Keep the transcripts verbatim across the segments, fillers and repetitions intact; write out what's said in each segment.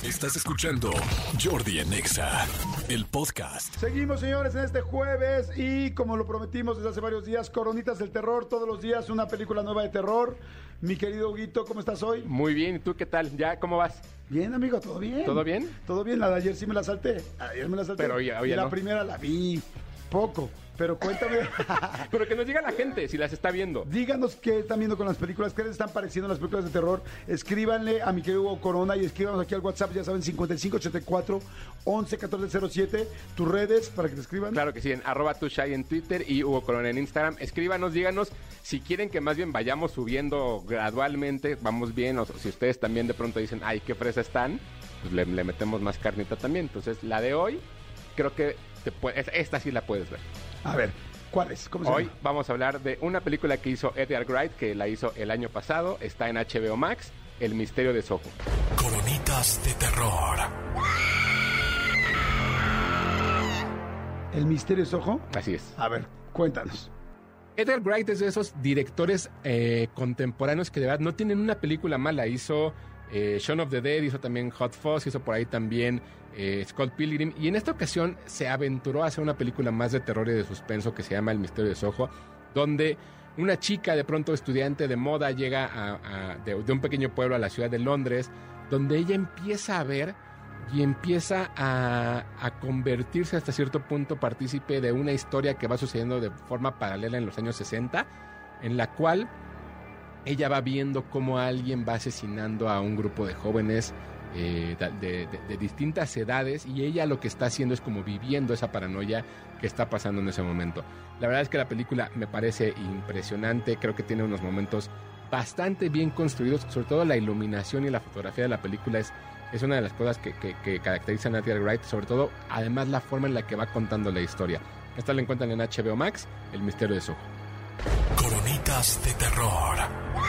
Estás escuchando Jordi en Exa, el podcast. Seguimos, señores, en este jueves y como lo prometimos desde hace varios días, Coronitas del Terror, todos los días una película nueva de terror. Mi querido Huguito, ¿cómo estás hoy? Muy bien, ¿y tú qué tal? ¿Ya cómo vas? Bien, amigo, ¿todo bien? ¿Todo bien? Todo bien, la de ayer sí me la salté. Ayer me la salté. Pero ya, ya y la no. primera la vi poco, pero cuéntame. Pero que nos diga la gente si las está viendo. Díganos qué están viendo con las películas, qué les están pareciendo las películas de terror. Escríbanle a mi querido Hugo Corona y escríbanos aquí al WhatsApp, ya saben, cincuenta y cinco ochenta y cuatro once catorce cero siete. Tus redes para que te escriban. Claro que sí, en arroba tushai en Twitter y Hugo Corona en Instagram. Escríbanos, díganos si quieren que más bien vayamos subiendo gradualmente, vamos bien, o si ustedes también de pronto dicen, ay, qué fresa están, pues le, le metemos más carnita también. Entonces, la de hoy, creo que te puede, esta sí la puedes ver. A ver, ¿cuál es? ¿Cómo se Hoy llama? vamos a hablar de una película que hizo Edgar Wright, que la hizo el año pasado, está en H B O Max, El misterio de Soho. Coronitas de terror. ¿El misterio es Ojo? Así es. A ver, cuéntanos. Edgar Wright es de esos directores eh, contemporáneos que de verdad no tienen una película mala. Hizo eh, Shaun of the Dead, hizo también Hot Fuzz, hizo por ahí también eh, Scott Pilgrim. Y en esta ocasión se aventuró a hacer una película más de terror y de suspenso que se llama El misterio de Soho, donde una chica, de pronto estudiante de moda, llega a, a, de, de un pequeño pueblo a la ciudad de Londres, donde ella empieza a ver y empieza a, a convertirse hasta cierto punto partícipe de una historia que va sucediendo de forma paralela en los años sesenta, en la cual ella va viendo cómo alguien va asesinando a un grupo de jóvenes eh, de, de, de distintas edades, y ella lo que está haciendo es como viviendo esa paranoia que está pasando en ese momento. La verdad es que la película me parece impresionante, creo que tiene unos momentos bastante bien construidos, sobre todo la iluminación y la fotografía de la película es Es una de las cosas que, que, que caracterizan a Edgar Wright, sobre todo, además, la forma en la que va contando la historia. Esta la encuentran en H B O Max, El misterio de Soho. Coronitas de terror.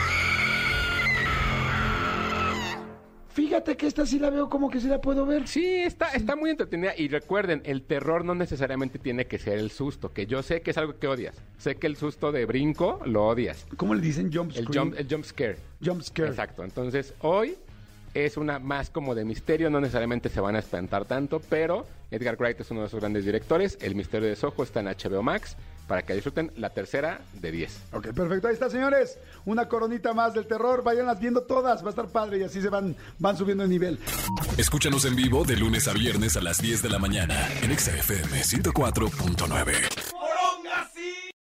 Fíjate que esta sí la veo como que sí la puedo ver. Sí, está, está muy entretenida. Y recuerden, el terror no necesariamente tiene que ser el susto, que yo sé que es algo que odias. Sé que el susto de brinco lo odias. ¿Cómo le dicen? Jump El scare. jump, el jump scare. Jump scare. Exacto. Entonces, hoy es una más como de misterio, no necesariamente se van a espantar tanto, pero Edgar Wright es uno de sus grandes directores. El misterio de Soho está en H B O Max, para que disfruten la tercera de diez. Ok, perfecto. Ahí está, señores. Una coronita más del terror. Vayanlas viendo todas. Va a estar padre y así se van, van subiendo de nivel. Escúchanos en vivo de lunes a viernes a las diez de la mañana en Exa F M ciento cuatro punto nueve.